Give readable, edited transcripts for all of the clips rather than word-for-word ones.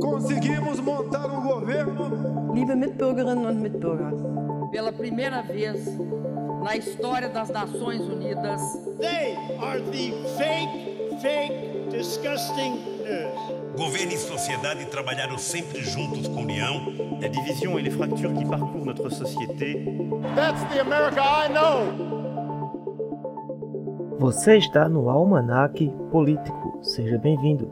Conseguimos montar um governo. Liebe Mitbürgerinnen und Mitbürger. Pela primeira vez na história das Nações Unidas. They are the fake, disgusting news. Governo e sociedade trabalharam sempre juntos com união. La division et les fractures qui parcourent notre société. That's the America I know. Você está no Almanaque Político. Seja bem-vindo.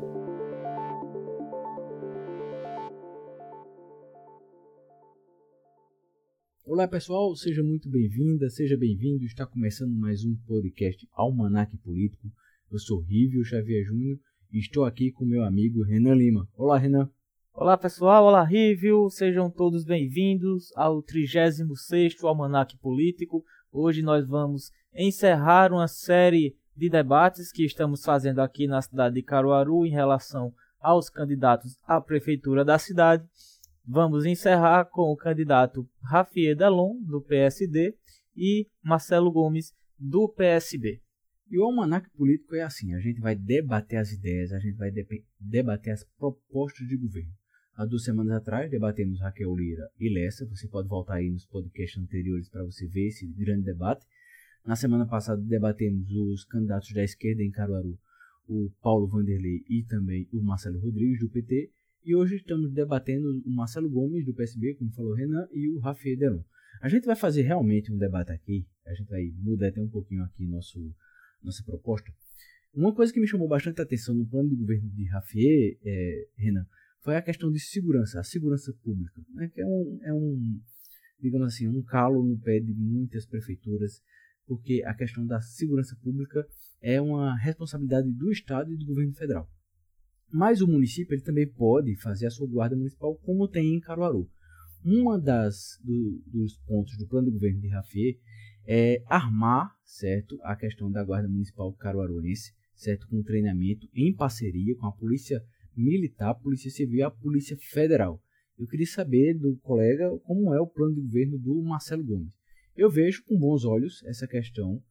Olá pessoal, seja muito bem-vinda, seja bem-vindo. Está começando mais um podcast Almanaque Político. Eu sou Rívio Xavier Júnior e estou aqui com meu amigo Renan Lima. Olá, Renan. Olá pessoal, olá Rívio, sejam todos bem-vindos ao 36º Almanaque Político. Hoje nós vamos encerrar uma série de debates que estamos fazendo aqui na cidade de Caruaru em relação aos candidatos à prefeitura da cidade. Vamos encerrar com o candidato Rafier Delon, do PSD, e Marcelo Gomes, do PSB. E o Almanaque Político é assim, a gente vai debater as ideias, a gente vai debater as propostas de governo. Há 2 semanas atrás debatemos Raquel Lira e Lessa, você pode voltar aí nos podcasts anteriores para você ver esse grande debate. Na semana passada debatemos os candidatos da esquerda em Caruaru, o Paulo Vanderlei e também o Marcelo Rodrigues, do PT. E hoje estamos debatendo o Marcelo Gomes, do PSB, como falou Renan, e o Rafier Delon. A gente vai fazer realmente um debate aqui, a gente vai mudar até um pouquinho aqui nossa proposta. Uma coisa que me chamou bastante atenção no plano de governo de Rafier, Renan, foi a questão de segurança, a segurança pública, né, que digamos assim, um calo no pé de muitas prefeituras, porque a questão da segurança pública é uma responsabilidade do Estado e do governo federal. Mas o município ele também pode fazer a sua guarda municipal, como tem em Caruaru. Uma dos pontos do plano de governo de Rafier é armar, certo, a questão da guarda municipal caruaruense, certo, com treinamento em parceria com a polícia militar, a polícia civil e a polícia federal. Eu queria saber do colega como é o plano de governo do Marcelo Gomes. Eu vejo com bons olhos essa questão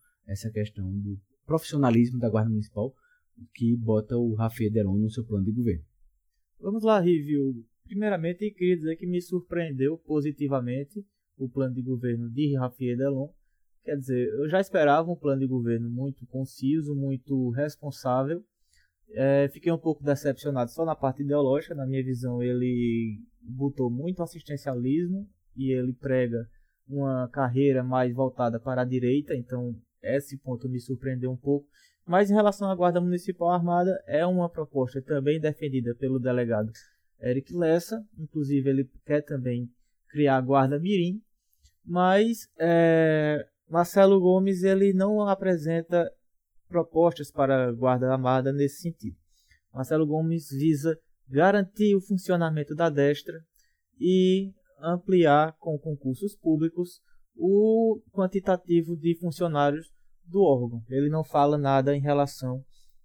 do profissionalismo da guarda municipal, que bota o Rafier Delon no seu plano de governo. Vamos lá, Rívio. Primeiramente, eu queria dizer que me surpreendeu positivamente o plano de governo de Rafier Delon. Quer dizer, eu já esperava um plano de governo muito conciso, muito responsável. Fiquei um pouco decepcionado só na parte ideológica. Na minha visão, ele botou muito assistencialismo e ele prega uma carreira mais voltada para a direita, então esse ponto me surpreendeu um pouco. Mas em relação à Guarda Municipal Armada, é uma proposta também defendida pelo delegado Eric Lessa, inclusive ele quer também criar a Guarda Mirim, mas Marcelo Gomes ele não apresenta propostas para a Guarda Armada nesse sentido. Marcelo Gomes visa garantir o funcionamento da Destra e ampliar com concursos públicos o quantitativo de funcionários do órgão. Ele não fala nada em relação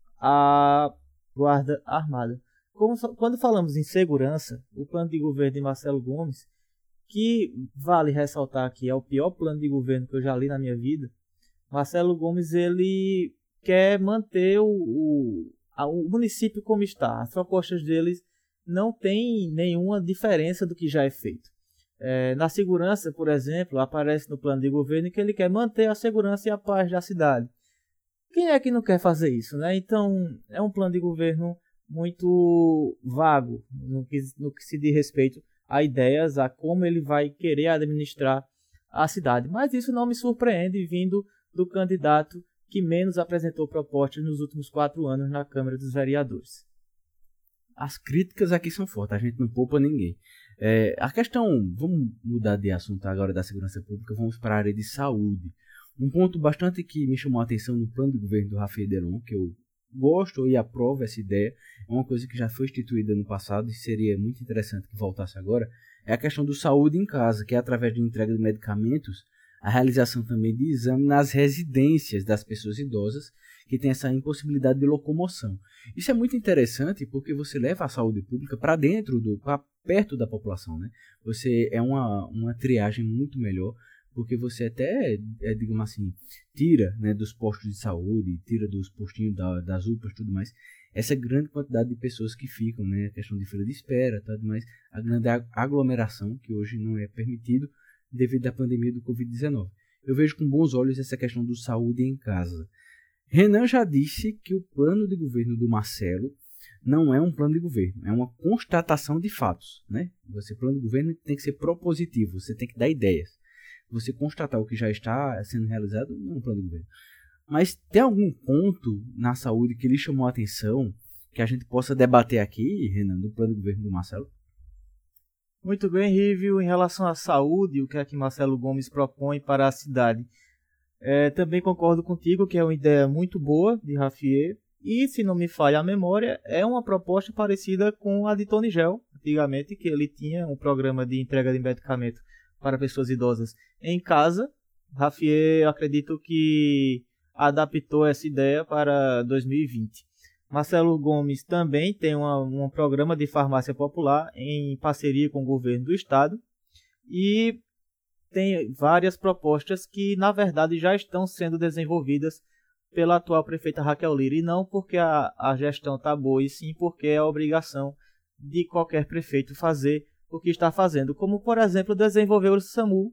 à Guarda Armada. Quando falamos em segurança, o plano de governo de Marcelo Gomes, que vale ressaltar que é o pior plano de governo que eu já li na minha vida, Marcelo Gomes ele quer manter o município como está. As propostas deles não têm nenhuma diferença do que já é feito. Na segurança, por exemplo, aparece no plano de governo que ele quer manter a segurança e a paz da cidade. Quem é que não quer fazer isso, né? Então, é um plano de governo muito vago no que se diz respeito a ideias, a como ele vai querer administrar a cidade. Mas isso não me surpreende vindo do candidato que menos apresentou propostas nos últimos 4 anos na Câmara dos Vereadores. As críticas aqui são fortes, a gente não poupa ninguém. A questão, vamos mudar de assunto agora da segurança pública, vamos para a área de saúde. Um ponto bastante que me chamou a atenção no plano de governo do Rafier Delon, que eu gosto e aprovo essa ideia, é uma coisa que já foi instituída no passado e seria muito interessante que voltasse agora, é a questão do saúde em casa, que é através de entrega de medicamentos, a realização também de exame nas residências das pessoas idosas que têm essa impossibilidade de locomoção. Isso é muito interessante porque você leva a saúde pública para perto da população, né? Você é uma triagem muito melhor, porque você até, digamos assim, tira, né, dos postos de saúde, tira dos postinhos das UPAs e tudo mais, essa grande quantidade de pessoas que ficam, né, a questão de fila de espera, tudo mais, a grande aglomeração que hoje não é permitido devido à pandemia do Covid-19. Eu vejo com bons olhos essa questão do saúde em casa. Renan já disse que o plano de governo do Marcelo não é um plano de governo, é uma constatação de fatos, né? Plano de governo tem que ser propositivo, você tem que dar ideias. Você constatar o que já está sendo realizado não é um plano de governo. Mas tem algum ponto na saúde que lhe chamou a atenção, que a gente possa debater aqui, Renan, do plano de governo do Marcelo? Muito bem, Rívio. Em relação à saúde, o que é que Marcelo Gomes propõe para a cidade? Também concordo contigo que é uma ideia muito boa de Raffier. E, se não me falha a memória, é uma proposta parecida com a de Tony Gell, antigamente, que ele tinha um programa de entrega de medicamento para pessoas idosas em casa. Raffier, eu acredito que adaptou essa ideia para 2020. Marcelo Gomes também tem um programa de farmácia popular em parceria com o governo do estado e tem várias propostas que, na verdade, já estão sendo desenvolvidas pela atual prefeita Raquel Lira, e não porque a gestão está boa, e sim porque é a obrigação de qualquer prefeito fazer o que está fazendo, como, por exemplo, desenvolver o SAMU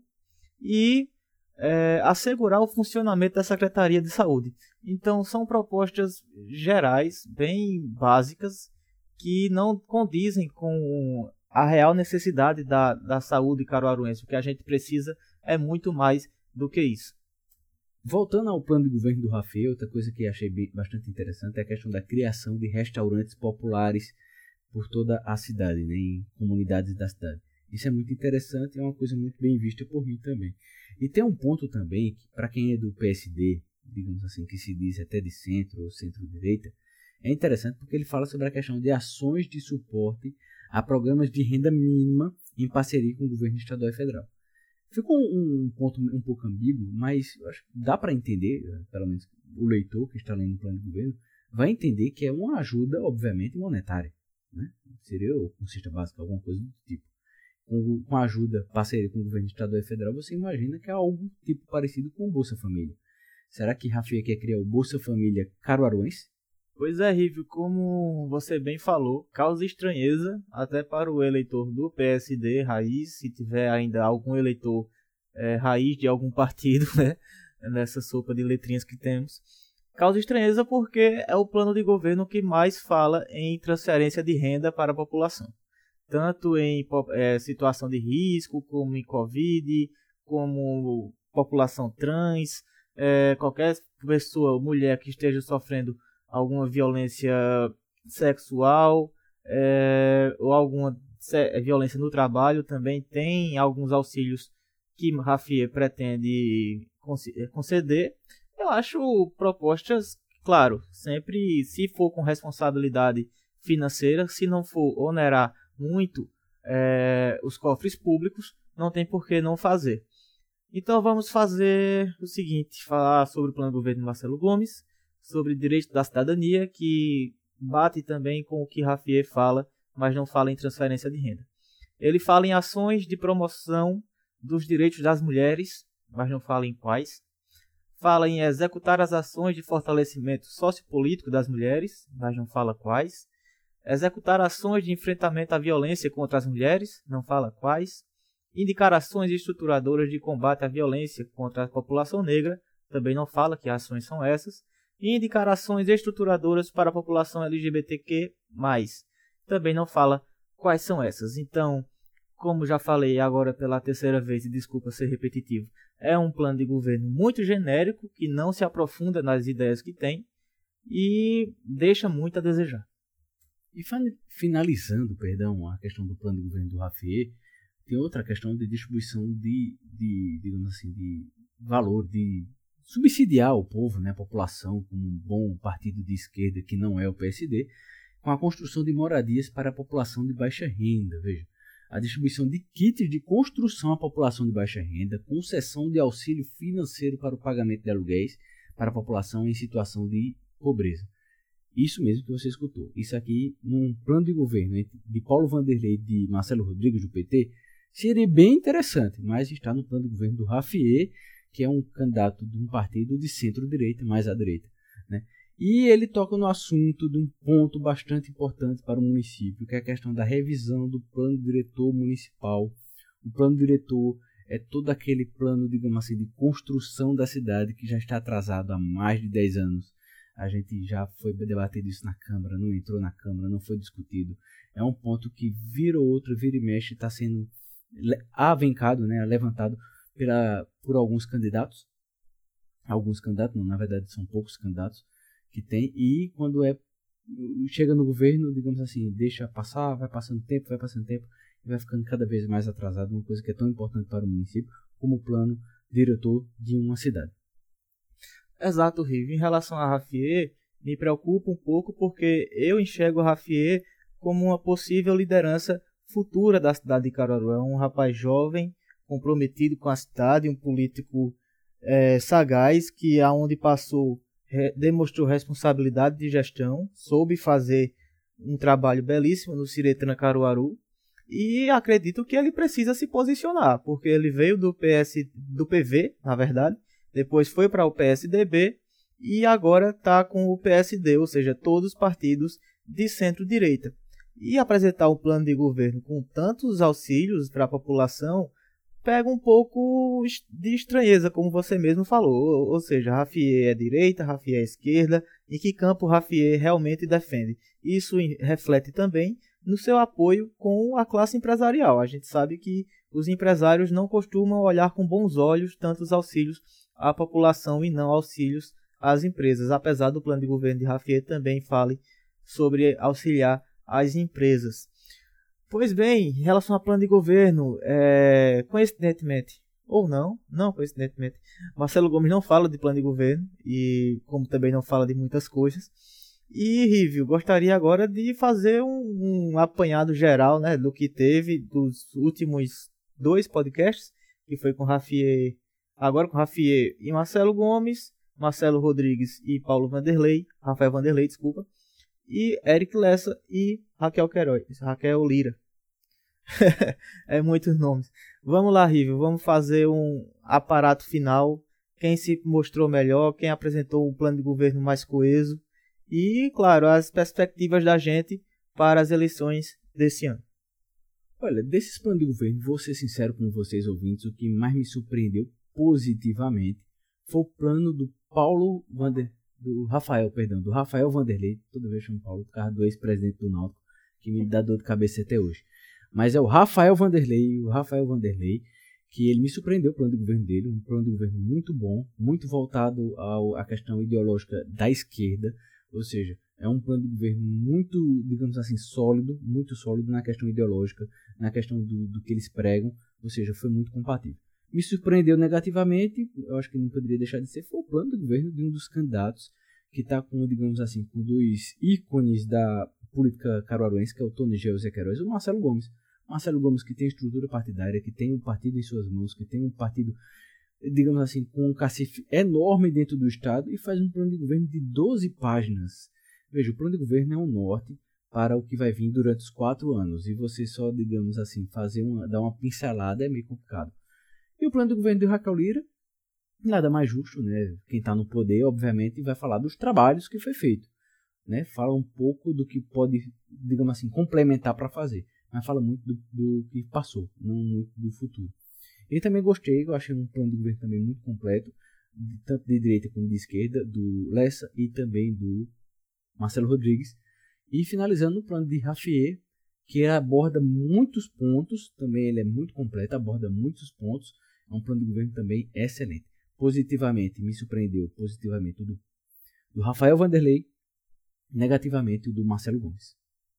e assegurar o funcionamento da Secretaria de Saúde. Então, são propostas gerais, bem básicas, que não condizem com a real necessidade da saúde caruaruense. O que a gente precisa é muito mais do que isso. Voltando ao plano de governo do Raffier, outra coisa que achei bastante interessante é a questão da criação de restaurantes populares por toda a cidade, né, em comunidades da cidade. Isso é muito interessante e é uma coisa muito bem vista por mim também. E tem um ponto também que, para quem é do PSD, digamos assim, que se diz até de centro ou centro-direita, é interessante porque ele fala sobre a questão de ações de suporte a programas de renda mínima em parceria com o governo estadual e federal. Ficou um ponto um pouco ambíguo, mas eu acho que dá para entender, pelo menos o leitor que está lendo o plano de governo, vai entender que é uma ajuda, obviamente, monetária, né? Seria o cesta básica, alguma coisa do tipo. Com a ajuda, parceria com o governo estadual e federal, você imagina que é algo tipo parecido com o Bolsa Família. Será que Raffier quer criar o Bolsa Família caruaruense? Pois é, Rívio, como você bem falou, causa estranheza até para o eleitor do PSD raiz, se tiver ainda algum eleitor raiz de algum partido, né, nessa sopa de letrinhas que temos. Causa estranheza porque é o plano de governo que mais fala em transferência de renda para a população. Tanto em situação de risco, como em Covid, como população trans, qualquer pessoa, mulher que esteja sofrendo alguma violência sexual ou alguma violência no trabalho, também tem alguns auxílios que Raffier pretende conceder. Eu acho propostas, claro, sempre se for com responsabilidade financeira, se não for onerar muito os cofres públicos, não tem por que não fazer. Então vamos fazer o seguinte, falar sobre o plano de governo de Marcelo Gomes, sobre direito da cidadania, que bate também com o que Raffier fala, mas não fala em transferência de renda. Ele fala em ações de promoção dos direitos das mulheres, mas não fala em quais. Fala em executar as ações de fortalecimento sociopolítico das mulheres, mas não fala quais. Executar ações de enfrentamento à violência contra as mulheres, não fala quais. Indicar ações estruturadoras de combate à violência contra a população negra, também não fala que ações são essas. E indicar ações estruturadoras para a população LGBTQ+, também não fala quais são essas. Então, como já falei agora pela terceira vez, e desculpa ser repetitivo, é um plano de governo muito genérico, que não se aprofunda nas ideias que tem e deixa muito a desejar. E finalizando, a questão do plano de governo do Raffier, tem outra questão de distribuição digamos assim, de valor, de subsidiar o povo, né, a população, como um bom partido de esquerda que não é o PSD, com a construção de moradias para a população de baixa renda. Veja, a distribuição de kits de construção à população de baixa renda, concessão de auxílio financeiro para o pagamento de aluguéis para a população em situação de pobreza. Isso mesmo que você escutou. Isso aqui, num plano de governo de Paulo Vanderlei e de Marcelo Rodrigues, do PT, seria bem interessante, mas está no plano de governo do Raffier, que é um candidato de um partido de centro-direita, mais à direita, né? E ele toca no assunto de um ponto bastante importante para o município, que é a questão da revisão do plano diretor municipal. O plano diretor é todo aquele plano, digamos assim, de construção da cidade que já está atrasado há mais de 10 anos. A gente já foi debatido isso na Câmara, não entrou na Câmara, não foi discutido. É um ponto que vira e mexe, está sendo avencado, né, levantado por alguns candidatos. Alguns candidatos, não, na verdade são poucos candidatos que tem, e quando chega no governo, digamos assim, deixa passar, vai passando tempo, e vai ficando cada vez mais atrasado, uma coisa que é tão importante para o município como o plano diretor de uma cidade. Exato, Rive. Em relação a Raffier, me preocupa um pouco porque eu enxergo o Raffier como uma possível liderança futura da cidade de Caruaru. É um rapaz jovem, comprometido com a cidade, um político sagaz, que aonde passou demonstrou responsabilidade de gestão, soube fazer um trabalho belíssimo no Ciretran Caruaru, e acredito que ele precisa se posicionar, porque ele veio do PV, na verdade, depois foi para o PSDB e agora está com o PSD, ou seja, todos os partidos de centro-direita. E apresentar um plano de governo com tantos auxílios para a população pega um pouco de estranheza, como você mesmo falou. Ou seja, Raffier é direita, Raffier é esquerda, e que campo Raffier realmente defende. Isso reflete também no seu apoio com a classe empresarial. A gente sabe que os empresários não costumam olhar com bons olhos tantos auxílios à população e não auxílios às empresas, apesar do plano de governo de Raffier também fale sobre auxiliar as empresas. Pois bem, em relação ao plano de governo, coincidentemente, ou não coincidentemente, Marcelo Gomes não fala de plano de governo, e como também não fala de muitas coisas. E, Rívio, gostaria agora de fazer um apanhado geral, né, do que teve dos últimos 2 podcasts, que foi com Raffier, agora com Raffier e Marcelo Gomes, Marcelo Rodrigues e Paulo Vanderlei, Rafael Vanderlei, desculpa, e Eric Lessa e Raquel Lira. É muitos nomes. Vamos lá, Rívio, vamos fazer um aparato final. Quem se mostrou melhor, quem apresentou um plano de governo mais coeso e, claro, as perspectivas da gente para as eleições desse ano. Olha, desses planos de governo, vou ser sincero com vocês ouvintes, o que mais me surpreendeu positivamente foi o plano do Rafael Vanderlei, toda vez eu chamo Paulo, por causa do ex-presidente do Náutico, que me dá dor de cabeça até hoje. Mas é o Rafael Vanderlei, que ele me surpreendeu o plano de governo dele, um plano de governo muito bom, muito voltado à questão ideológica da esquerda, ou seja, é um plano de governo muito, digamos assim, muito sólido na questão ideológica, na questão do que eles pregam, ou seja, foi muito compatível. Me surpreendeu negativamente, eu acho que não poderia deixar de ser, foi o plano de governo de um dos candidatos que está com, digamos assim, com 2 ícones da política caruaruense, que é o Tony Geo e Zé Queiroz, e o Marcelo Gomes. Marcelo Gomes, que tem estrutura partidária, que tem um partido em suas mãos, que tem um partido, digamos assim, com um cacife enorme dentro do Estado e faz um plano de governo de 12 páginas. Veja, o plano de governo é um norte para o que vai vir durante os 4 anos. E você só, digamos assim, dar uma pincelada é meio complicado. E o plano de governo de Raquel Lira, nada mais justo, né? Quem está no poder, obviamente, vai falar dos trabalhos que foi feito, né? Fala um pouco do que pode, digamos assim, complementar para fazer. Mas fala muito do que passou, não muito do futuro. E também gostei, eu achei um plano de governo também muito completo, tanto de direita como de esquerda, do Lessa e também do Marcelo Rodrigues. E finalizando o plano de Raffier, que aborda muitos pontos, também ele é muito completo, aborda muitos pontos, é um plano de governo também excelente. Positivamente, me surpreendeu positivamente o do Rafael Vanderlei, negativamente o do Marcelo Gomes.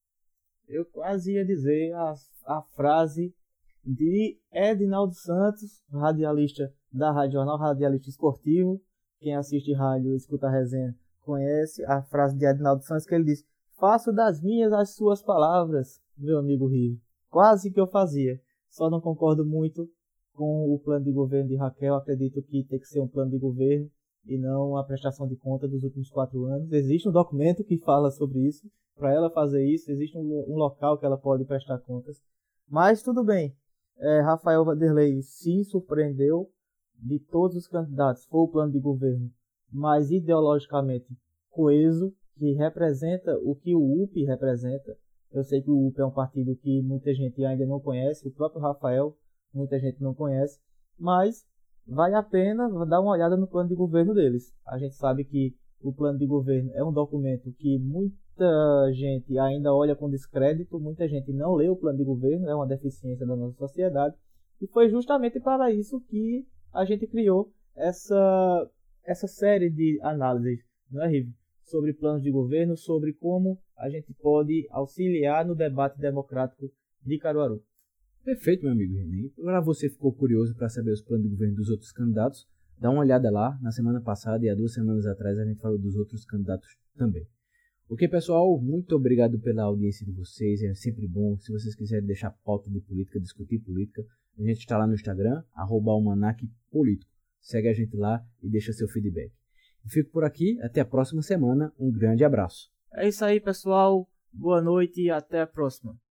Eu quase ia dizer a frase de Edinaldo Santos, radialista da Rádio Jornal, radialista esportivo. Quem assiste rádio e escuta a resenha conhece a frase de Edinaldo Santos, que ele diz: faço das minhas as suas palavras, meu amigo Rio. Quase que eu fazia. Só não concordo muito com o plano de governo de Raquel. Acredito que tem que ser um plano de governo e não a prestação de conta dos últimos 4 anos. Existe um documento que fala sobre isso. Para ela fazer isso, existe um local que ela pode prestar contas. Mas tudo bem. Rafael Vanderlei sim surpreendeu. De todos os candidatos, foi o plano de governo mais ideologicamente coeso, que representa o que o UP representa. Eu sei que o UP é um partido que muita gente ainda não conhece, o próprio Rafael muita gente não conhece, mas vale a pena dar uma olhada no plano de governo deles. A gente sabe que o plano de governo é um documento que muita gente ainda olha com descrédito, muita gente não lê o plano de governo, é uma deficiência da nossa sociedade, e foi justamente para isso que a gente criou essa série de análises, não é, Rive? Sobre planos de governo, sobre como a gente pode auxiliar no debate democrático de Caruaru. Perfeito, meu amigo René. Agora você ficou curioso para saber os planos de governo dos outros candidatos? Dá uma olhada lá. Na semana passada e há 2 semanas atrás a gente falou dos outros candidatos também. Ok, pessoal? Muito obrigado pela audiência de vocês. É sempre bom. Se vocês quiserem deixar pauta de política, discutir política, a gente está lá no Instagram, @almanacpolítico. Segue a gente lá e deixa seu feedback. Eu fico por aqui. Até a próxima semana. Um grande abraço. É isso aí, pessoal. Boa noite e até a próxima.